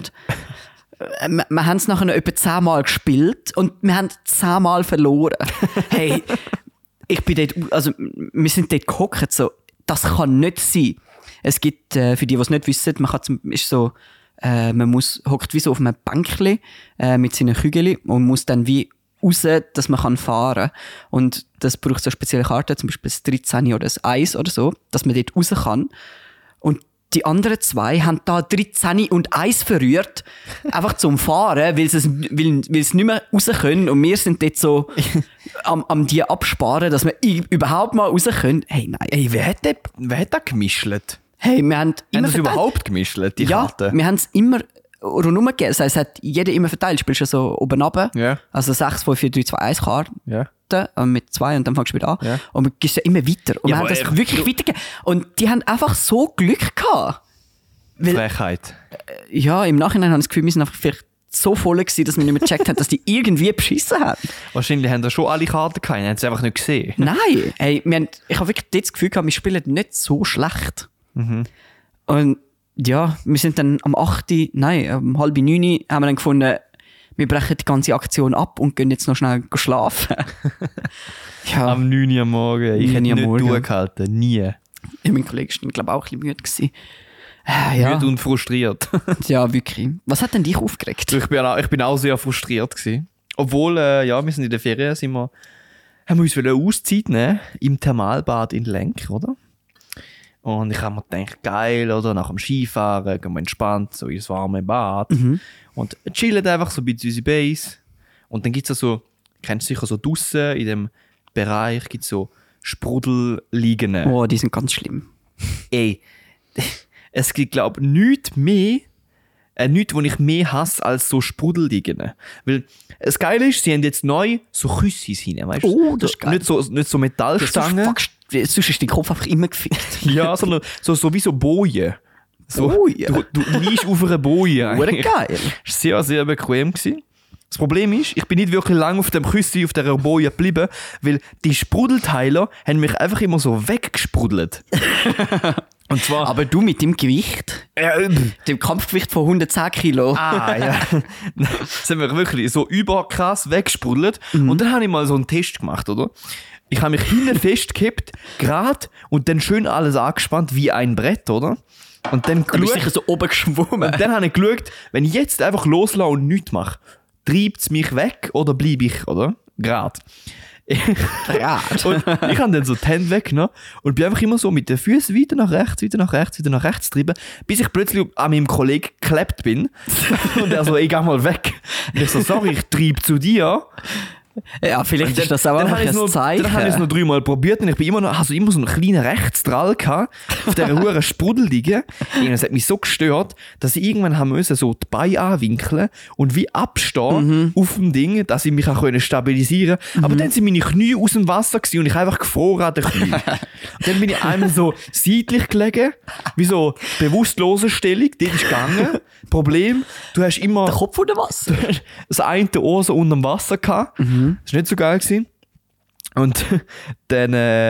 Wir haben es nachher noch etwa 10 Mal gespielt und wir haben 10 Mal verloren. Hey, ich bin dort, also wir sind dort gehockt, so, das kann nicht sein. Es gibt, für die es nicht wissen, man hockt wie so auf einem Bänkchen mit seinen Kügeln und muss dann wie raus, dass man fahren kann. Und das braucht so spezielle Karten, zum Beispiel das 13 oder das 1 oder so, dass man dort raus kann. Und die anderen 2 haben da 13 und 1 verrührt, einfach zum Fahren, weil sie nicht mehr raus können. Und wir sind dort so am die absparen, dass wir überhaupt mal raus können. Hey, nein. Ey, wer hat da gemischt? Hey, wir haben immer das überhaupt gemischt, die Karten? Wir haben es immer rundum gegeben. Das heisst, es hat jeder immer verteilt. Du spielst ja so oben runter. Ja. Also 6, 5, 4, 3, 2, 1 Karten. Ja. Mit 2 und dann fängst du wieder an. Ja. Und wir gehen ja immer weiter. Und wir haben das wirklich weitergegeben. Und die haben einfach so Glück gehabt. Frechheit. Ja, im Nachhinein habe ich das Gefühl, wir sind einfach vielleicht so voll gewesen, dass wir nicht mehr gecheckt haben, dass die irgendwie beschissen haben. Wahrscheinlich haben da schon alle Karten gehabt, haben sie einfach nicht gesehen. Nein, hey, ich habe wirklich das Gefühl gehabt, wir spielen nicht so schlecht. Und ja, wir sind dann um 8:30 haben wir dann gefunden, wir brechen die ganze Aktion ab und gehen jetzt noch schnell schlafen. Ja, Am 9 Uhr am Morgen. Ich hätte 9 Uhr am nicht Morgen. durchgehalten. Nie. ja, mein Kollege war, glaube ich, auch ein bisschen müde gewesen. Ja. Müde und frustriert. Ja, wirklich. Was hat denn dich aufgeregt? Ich bin auch sehr frustriert gewesen. Obwohl, wir sind in der Ferien, haben wir uns eine Auszeit nehmen im Thermalbad in Lenk, oder? Und ich habe mir gedacht, geil, oder? Nach dem Skifahren gehen wir entspannt so ins warme Bad und chillen einfach so ein bisschen unsere Base. Und dann gibt es so, kennst du sicher so draussen in dem Bereich, gibt es so Sprudelliegen. Oh, die sind ganz schlimm. Ey, es gibt, glaube ich, nichts mehr, nichts, was ich mehr hasse als so Sprudelliegen. Weil das Geile ist, sie haben jetzt neu so Küssis hinein, weißt du? Oh, das ist geil. Nicht so Metallstangen. Sonst ist dein Kopf einfach immer gefühlt. Ja, sondern so wie so Bojen. So, Bojen? Du liegst auf einer Boje. Hure eigentlich. geil. Das war sehr, sehr bequem gewesen. Das Problem ist, ich bin nicht wirklich lange auf dem Küssi, auf dieser Boje geblieben, weil die Sprudelteiler haben mich einfach immer so weggesprudelt. Und zwar... Aber du mit dem Gewicht, dem Kampfgewicht von 110 Kilo. ja. Das haben wir wirklich so überkrass weggesprudelt. Und dann habe ich mal so einen Test gemacht, oder? Ich habe mich hinten festgehabt, gerade, und dann schön alles angespannt wie ein Brett, oder? Und dann Du bist sicher so oben geschwommen. und dann habe ich geschaut, wenn ich jetzt einfach loslasse und nichts mache, treibt es mich weg oder bleibe ich, oder? Gerade. Und ich habe dann so die Hände weggenommen und bin einfach immer so mit den Füßen wieder nach rechts getrieben, bis ich plötzlich an meinem Kollegen geklebt bin. Und er so, ich geh mal weg. Und ich so, sorry, ich treibe zu dir. Ja, vielleicht ist das auch einfach ein Zeichen. Dann habe ich es noch 3-mal probiert und ich bin immer so einen kleinen Rechtsdrall gehabt, auf dieser hohen Sprudelliege. Es hat mich so gestört, dass ich irgendwann haben müssen, so die Beine anwinkeln und wie abstehen auf dem Ding, dass ich mich auch stabilisieren konnte. Aber dann sind meine Knie aus dem Wasser gewesen und ich einfach gefroren an den Knien. Und dann bin ich einmal so seitlich gelegen, wie so bewusstlose Stellung, die ist gegangen. Problem, du hast immer... Der Kopf unter Wasser. Das eine Ohr so unter dem Wasser gehabt. Das war nicht so geil gewesen. Und dann,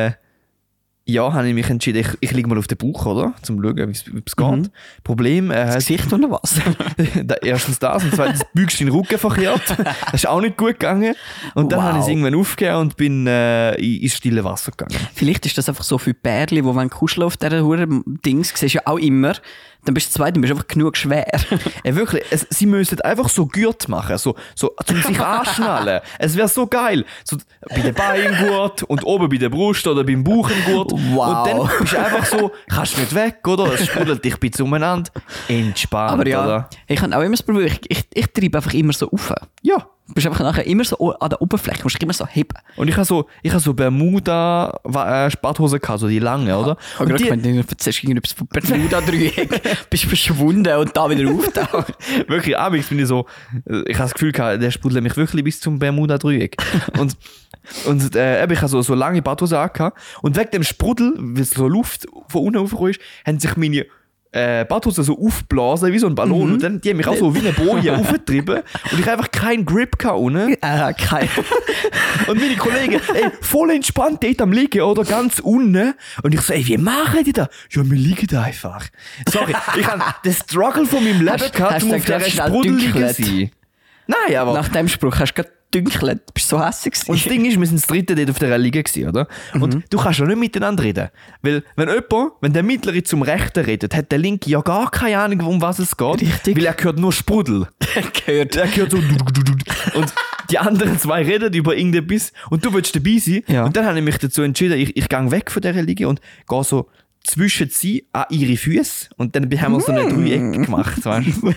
habe ich mich entschieden, ich liege mal auf den Bauch, oder? Zum schauen, wie es geht. Problem, Das Gesicht unter Wasser. erstens das und zweitens bügst du den Rücken verkehrt. Das ist auch nicht gut gegangen. Und dann habe ich es irgendwann aufgegeben und bin ins stille Wasser gegangen. Vielleicht ist das einfach so für Pärchen, die wenn kuscheln auf dieser Hure Dings, siehst du ja auch immer. Dann bist du zu zweit, dann bist du einfach genug schwer. Wirklich, sie müssen einfach so Gurt machen, so zum sich anschnallen. Es wäre so geil. So bei den Beinen Gurt und oben bei der Brust oder beim Bauch ein Gurt. Wow. Und dann bist du einfach so, kannst nicht weg, oder? Es sprudelt dich ein bisschen umeinander. Entspannt, Aber ja, oder? ich habe auch immer das Problem, ich treibe einfach immer so rauf. Ja. Du bist einfach nachher immer so an der Oberfläche, musst dich immer so heben. Und ich habe so Bermuda Sporthosen gehabt, so die lange, oder? Ich habe gerade gemeint, du erzählst irgendetwas von Bermuda-Dreieck, bist verschwunden und da wieder auftaucht. Wirklich, abends bin ich so, ich habe das Gefühl gehabt, der sprudelt mich wirklich bis zum Bermuda-Dreieck. und ich habe so lange Badhosen angehabt und wegen dem Sprudel, wie so Luft von unten raufgekommen ist, haben sich meine Badhosen so aufblasen, wie so ein Ballon. Und dann, die haben mich auch so wie eine Boje aufgetrieben. Und ich habe einfach keinen Grip gehabt unten. Kein. Und meine Kollegen, voll entspannt dort am Liegen, oder? Ganz unten. Und ich so, wie machen die da? Ja, wir liegen da einfach. Sorry, ich habe den Struggle von meinem Leben gehabt, um auf dieser Sprudel liegen zu sein. Nein, aber... Nach dem Spruch hast du gerade dünkelt. Du bist so hässlich gewesen. Und das Ding ist, wir sind das dritte dort auf dieser Liege gewesen, oder? Und du kannst ja nicht miteinander reden. Weil, wenn der Mittlere zum Rechten redet, hat der Linke ja gar keine Ahnung, um was es geht. Richtig. Weil er hört nur Sprudel. Er hört so... Und die anderen zwei reden über irgendetwas und du willst dabei sein. Ja. Und dann habe ich mich dazu entschieden, ich gehe weg von dieser Liege und gehe so zwischen sie an ihre Füße. Und dann haben wir so eine Dreieck gemacht, weißt du?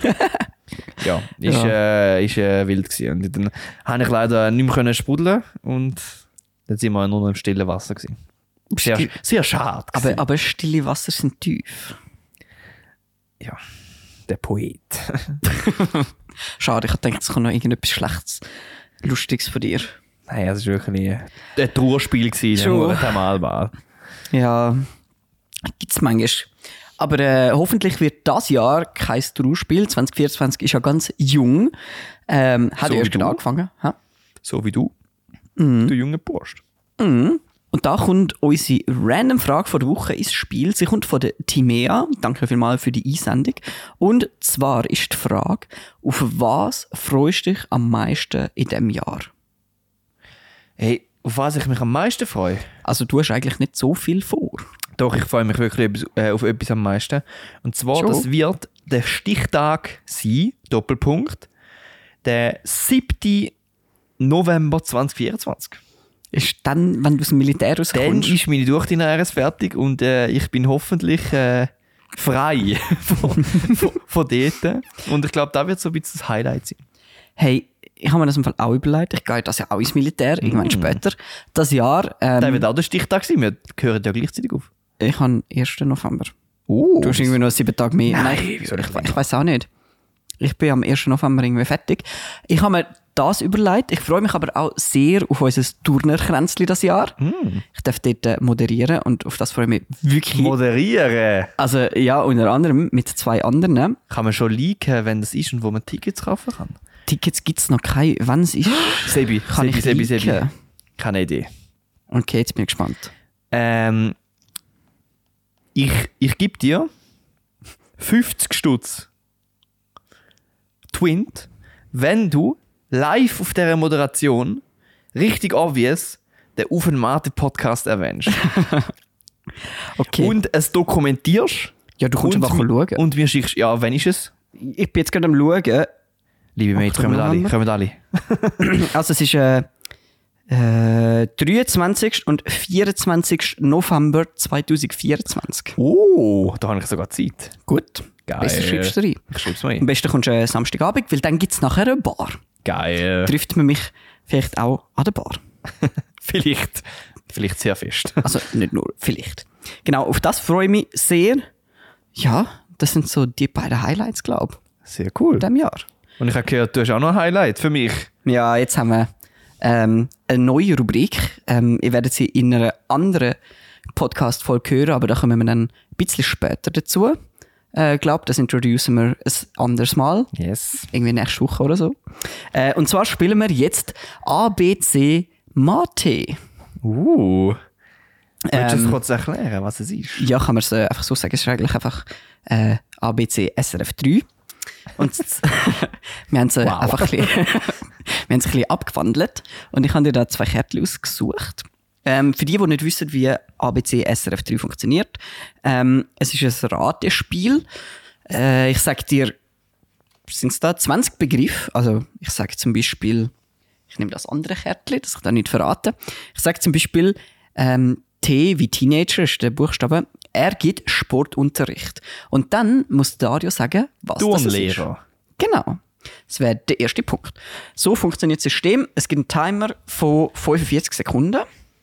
Ja, ist wild gewesen. Und dann konnte ich leider nicht mehr sprudeln und dann sind wir nur noch im stillen Wasser gewesen. Sehr, sehr schade. Aber stille Wasser sind tief. Ja, der Poet. Schade, ich dachte, es kommt noch irgendetwas Schlechtes, Lustiges von dir. Nein, das war wirklich ein Trauerspiel gewesen, Schon. der Thermalbad. Ja, gibt es manchmal. Aber hoffentlich wird das Jahr kein Trauerspiel. 2024 ist ja ganz jung. Hat So ja erst wie du. gerade angefangen. Ha? So wie du. Du junge Bursch. Und da kommt unsere random Frage der Woche ins Spiel. Sie kommt von der Timea. Danke vielmals für die Einsendung. Und zwar ist die Frage, auf was freust du dich am meisten in diesem Jahr? Hey, auf was ich mich am meisten freue? Also du hast eigentlich nicht so viel vor. Doch, ich freue mich wirklich auf etwas am meisten. Und zwar, Schon? das wird der Stichtag sein, Doppelpunkt, der 7. November 2024. Ist dann, wenn du aus dem Militär Dann rauskommst? ist meine Durchdienst fertig und ich bin hoffentlich frei von dort. Und ich glaube, da wird so ein bisschen das Highlight sein. Hey, ich habe mir das im Fall auch überlegt. Ich gehe das ja auch ins Militär, irgendwann später. Das Jahr, Der wird auch der Stichtag sein. Wir hören ja gleichzeitig auf. ich habe 1. November. Oh, Du hast irgendwie noch 7 Tage mehr. Nein, ich weiß auch nicht. Ich bin am 1. November irgendwie fertig. Ich habe mir das überlegt. Ich freue mich aber auch sehr auf unser Turnerkränzchen das Jahr. Ich darf dort moderieren und auf das freue ich mich wirklich. moderieren. Also ja, unter anderem mit 2 anderen. Kann man schon leaken, wenn das ist und wo man Tickets kaufen kann? Tickets gibt es noch keine. Wann es ist, Sebi, kann ich Sebi. leaken. Keine Idee. Okay, jetzt bin ich gespannt. Ich gebe dir 50 Stutz Twint, wenn du live auf dieser Moderation richtig obvious den Auf und Mate Podcast erwähnst. Okay. Und es dokumentierst. Ja, du kommst und einfach schauen. Und mir schickst, ja, wenn ist es? Ich bin jetzt gerade am Schauen. Liebe Mates, kommen alle. Also es ist 23. und 24. November 2024. Oh, da habe ich sogar Zeit. Gut. Geil. Besser schreibst du rein. Ich schreib's mal Am ein. besten kommst du Samstagabend, weil dann gibt es nachher eine Bar. Geil. Trifft man mich vielleicht auch an der Bar. Vielleicht sehr fest. Also nicht nur, vielleicht. Genau, auf das freue ich mich sehr. Ja, das sind so die beiden Highlights, glaube Sehr cool. ich, in diesem Jahr. Und ich habe gehört, du hast auch noch ein Highlight für mich. Ja, jetzt haben wir eine neue Rubrik. Ihr werdet sie in einer anderen Podcast-Folge hören, aber da kommen wir dann ein bisschen später dazu. Ich glaube, das introducen wir ein anderes Mal. Yes. Irgendwie nächste Woche oder so. Und zwar spielen wir jetzt ABC Mate. Willst du es kurz erklären, was es ist? Ja, kann man es einfach so sagen. Es ist eigentlich einfach ABC SRF 3. Und wir haben es einfach ein bisschen, wir haben es ein bisschen abgewandelt. Und ich habe dir da 2 Kärtchen ausgesucht. Für die nicht wissen, wie ABC SRF 3 funktioniert. Es ist ein Ratespiel. Ich sage dir, sind es da 20 Begriffe? Also ich sage zum Beispiel, ich nehme das andere Kärtchen, das ich da nicht verrate. Ich sage zum Beispiel, T wie Teenager ist der Buchstabe. Er gibt Sportunterricht. Und dann muss Dario sagen, was das ist. Turnlehrer. Genau. Das wäre der erste Punkt. So funktioniert das System. Es gibt einen Timer von 45 Sekunden.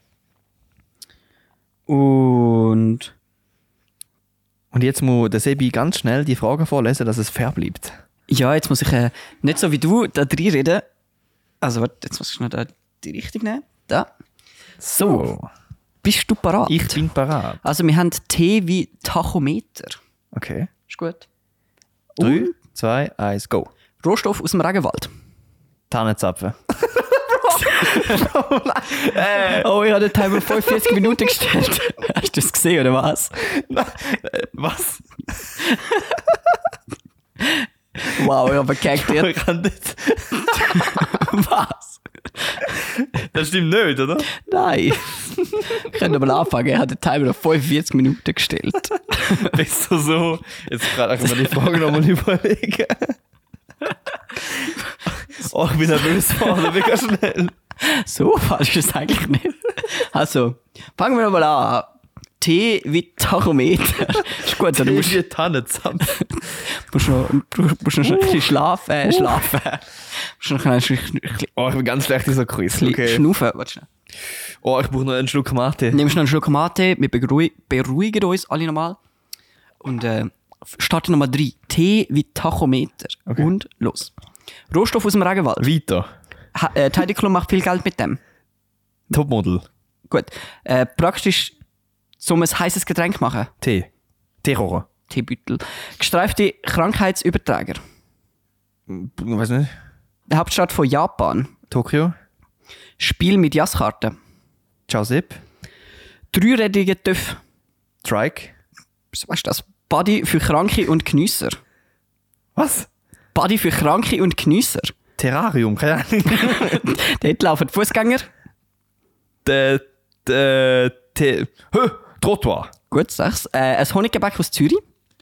Und Und jetzt muss der Sebi ganz schnell die Fragen vorlesen, dass es fair bleibt. ja, jetzt muss ich nicht so wie du da drin reden. Also warte, jetzt muss ich noch da die Richtung nehmen. Da. So. Bist du parat? Ich bin parat. Also wir haben T wie Tachometer. Okay. Ist gut. 3, 2, 1, go. Rohstoff aus dem Regenwald. Tannenzapfen. Oh, ich habe den Timer 45 Minuten gestellt. Hast du das gesehen, oder was? Was? Wow, ich habe verkackt jetzt. Ich kann nicht. Was? Das stimmt nicht, oder? Nein. Ich könnte mal anfangen. Ich habe den Timer auf 45 Minuten gestellt. Bist du so? Jetzt kann ich mir die Frage nochmal überlegen. Oh, ich bin nervös geworden, mega schnell. So falsch ist es eigentlich nicht. Also, fangen wir mal an. T wie Tachometer. Ist gut, du musst, wie Tannenzapfen. musst noch ein bisschen schlafen. Musst noch ein bisschen Oh, ich bin ganz schlecht in so Quiz. schnaufen. Warte schnell. Oh, ich brauche noch einen Schluck Mate. Nimmst noch einen Schluck Mate. Wir beruhigen uns alle nochmal. Und starten Nummer 3. T wie Tachometer. Okay. Und los. Rohstoff aus dem Regenwald. Weiter. Heidi Klum macht viel Geld mit dem. Topmodel. Gut. Praktisch, um ein heißes Getränk machen. Tee. Teekocher. Teebüttel. Gestreifte Krankheitsüberträger. Weiß nicht. Hauptstadt von Japan. Tokio. Spiel mit Jasskarten. Ciao Zip. Dreirädige TÜV. Trike. Weißt du das? Body für Kranke und Geniesser. Was? Body für Kranke und Geniesser. Terrarium, keine Ahnung. Dort laufen die Fußgänger. Trottoir. Gut, sag's. Ein Honiggebäck aus Zürich.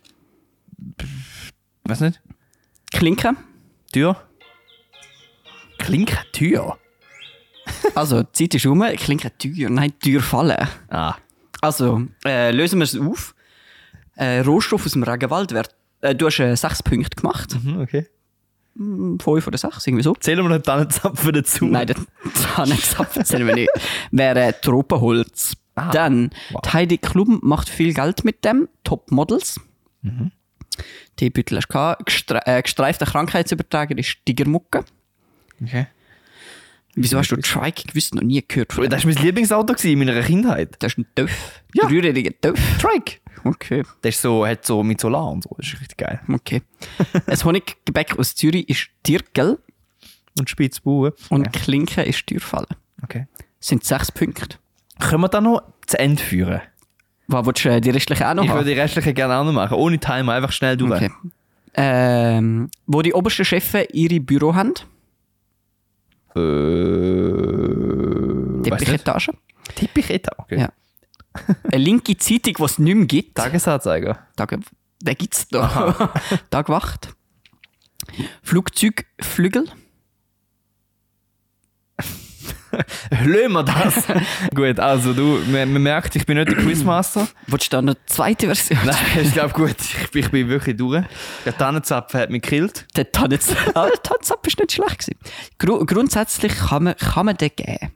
Weiß nicht. Klinke. Tür. Klinke, Tür. Also, die Zeit ist rum. Klinke, Tür. Nein, Tür fallen. Ah. Also, lösen wir es auf. Rohstoff aus dem Regenwald. Du hast 6 Punkte gemacht. Okay. 5 oder 6, irgendwie so. Zählen wir noch Tannenzapfen dazu? Nein, den Tannenzapfen zählen wir nicht. Wäre Tropenholz. Ah, Dann, wow. die Heidi Klum macht viel Geld mit dem. Topmodels. Die Büttel hast du gehabt. Gestreifter Krankheitsübertrager ist Tigermucke. Okay. Wieso hast du Trike gewusst? Noch nie gehört von dem. Das war mein Lieblingsauto in meiner Kindheit. Das ist ein TÜV. Ja. Dreirädiger TÜV. Trike. Okay. Das ist so, hat so mit Solar und so. Das ist richtig geil. Okay. Ein Honiggebäck aus Zürich ist Tirkel Und Spitzbuben. und Klinke ist Türfalle. Okay. Das sind 6 Punkte. Können wir da noch zu Ende führen? Was willst du die restlichen auch noch Ich haben? würde die restlichen gerne auch noch machen. Ohne Timer, einfach schnell durch. Okay. Wo die obersten Chefs ihre Büro haben? Weiss nicht. Teppichetage. Teppichetage, okay. Ja. Eine linke Zeitung, die es nicht mehr gibt. Tagesanzeiger. Den gibt es noch. Tagwacht. Flugzeugflügel. Lassen wir das. Gut, also man merkt, ich bin nicht der Quizmaster. Willst du da eine zweite Version? Nein, ich glaube gut, ich bin wirklich durch. Der Tannenzapfen hat mich gekillt. Der Tannenzapf war nicht schlecht gewesen. Grundsätzlich kann man den geben.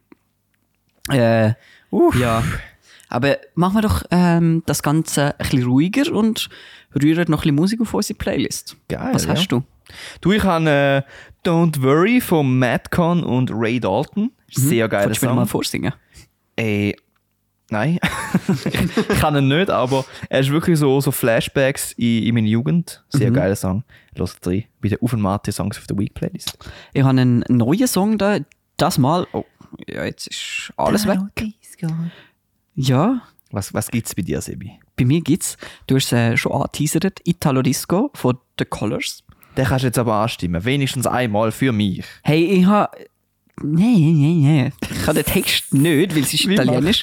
Ja. Aber machen wir doch das Ganze ein bisschen ruhiger und rühren noch ein bisschen Musik auf unsere Playlist. Geil, Was hast du? Du, ich habe Don't Worry von Madcon und Ray Dalton. Sehr geiler Kannst du mir Song. mal vorsingen? Nein. Ich kann ihn nicht, aber er ist wirklich so Flashbacks in meiner Jugend. Sehr geiler Song. Los rein bei der Auf und Martin Songs of the Week Playlist. Ich habe einen neuen Song da. Das Mal. Oh, ja, jetzt ist alles weg. Ja, Was gibt's bei dir, Sebi? bei mir gibt's, du hast es schon angeteasert, Italo Disco von The Colors. Den kannst du jetzt aber anstimmen. Wenigstens einmal für mich. Hey, ich habe. Nein. Ich habe den Text nicht, weil es ist Wie italienisch.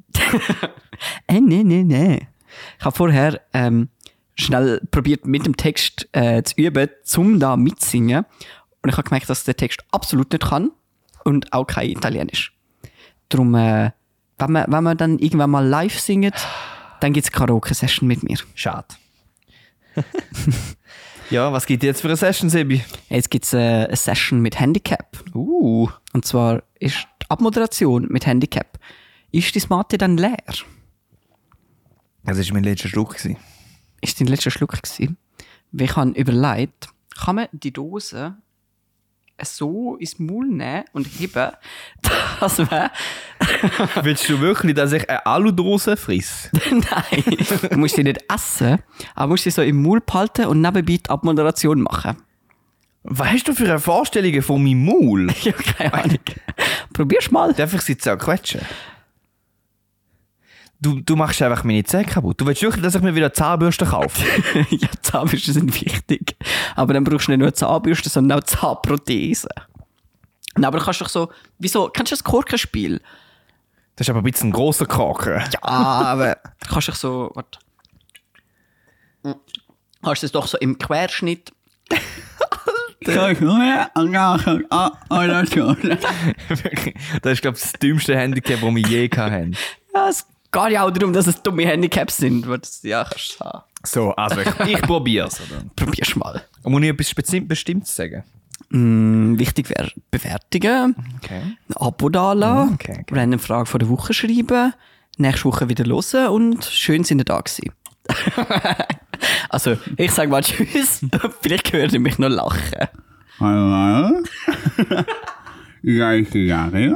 Nein. Ich habe vorher schnell probiert, mit dem Text zu üben, um da mitzusingen. Und ich habe gemerkt, dass ich den Text absolut nicht kann. Und auch kein Italienisch. Darum, wenn wir dann irgendwann mal live singen, dann gibt es Karaoke-Session mit mir. Schade. Ja, was gibt jetzt für eine Session, Sebi? Jetzt gibt es eine Session mit Handicap. Und zwar ist die Abmoderation mit Handicap. Ist die Mate dann leer? Das war mein letzter Schluck. Ist dein letzter Schluck gewesen? Weil ich habe überlegt, kann man die Dose so ins Maul nehmen und heben, dass man... Willst du wirklich, dass ich eine Aludose friss? Nein, du musst sie nicht essen, aber musst sie so im Maul behalten und nebenbei die Abmoderation machen. Was hast du für eine Vorstellung von meinem Maul? Ja, keine Ahnung. Probier's mal. Darf ich sie zerquetschen? Du machst einfach meine Zähne kaputt. Du willst wirklich, dass ich mir wieder Zahnbürste kaufe? Ja, Zahnbürsten sind wichtig. Aber dann brauchst du nicht nur Zahnbürsten, sondern auch Zahnprothesen. Na, aber du kannst doch so... Wieso? Kennst du das Korkenspiel? Das ist aber ein bisschen ein grosser Kraken. Ja, aber du kannst dich so... Warte. Hast du es doch so im Querschnitt... Wirklich. Das ist, glaube ich, das dümmste Handicap, das wir je hatten. Ja, es geht ja auch darum, dass es dumme Handicaps sind. Ja, kannst du haben. So, also ich probiere es. Probier's mal. Und muss ich etwas Bestimmtes sagen? Wichtig wäre Bewertungen, Okay. ein Abo da lassen, Okay. random Frage von der Woche schreiben, nächste Woche wieder hören und schön sind ihr da gewesen. Also, ich sage mal Tschüss. Vielleicht hört ihr mich noch lachen. Hallo. Ich Jahre.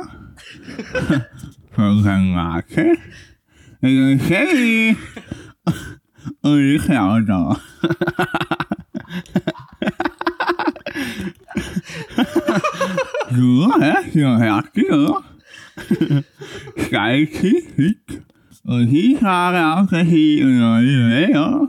Von Marke. Hey. Und ich auch da. So, ja, fertig, ja. Steigt hit. Und ich fahre auch hin und ja.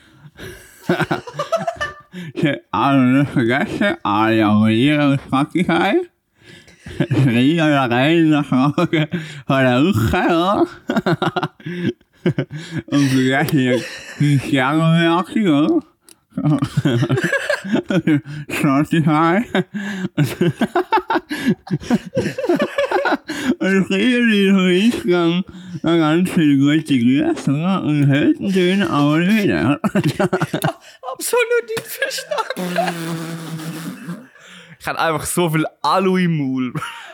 Ich habe alle vergessen, alle Aurieren und Frankreich. Schrie alle rein nach Hause von der Uche, ja. Und vergessen die Sternenwerke, ja. Spotify. Und früher die Durchgang war ganz viel gute Grüße, oder? Und Hölzentöne auch wieder. Absolut nicht verstanden. Ich habe einfach so viel Alu im Maul.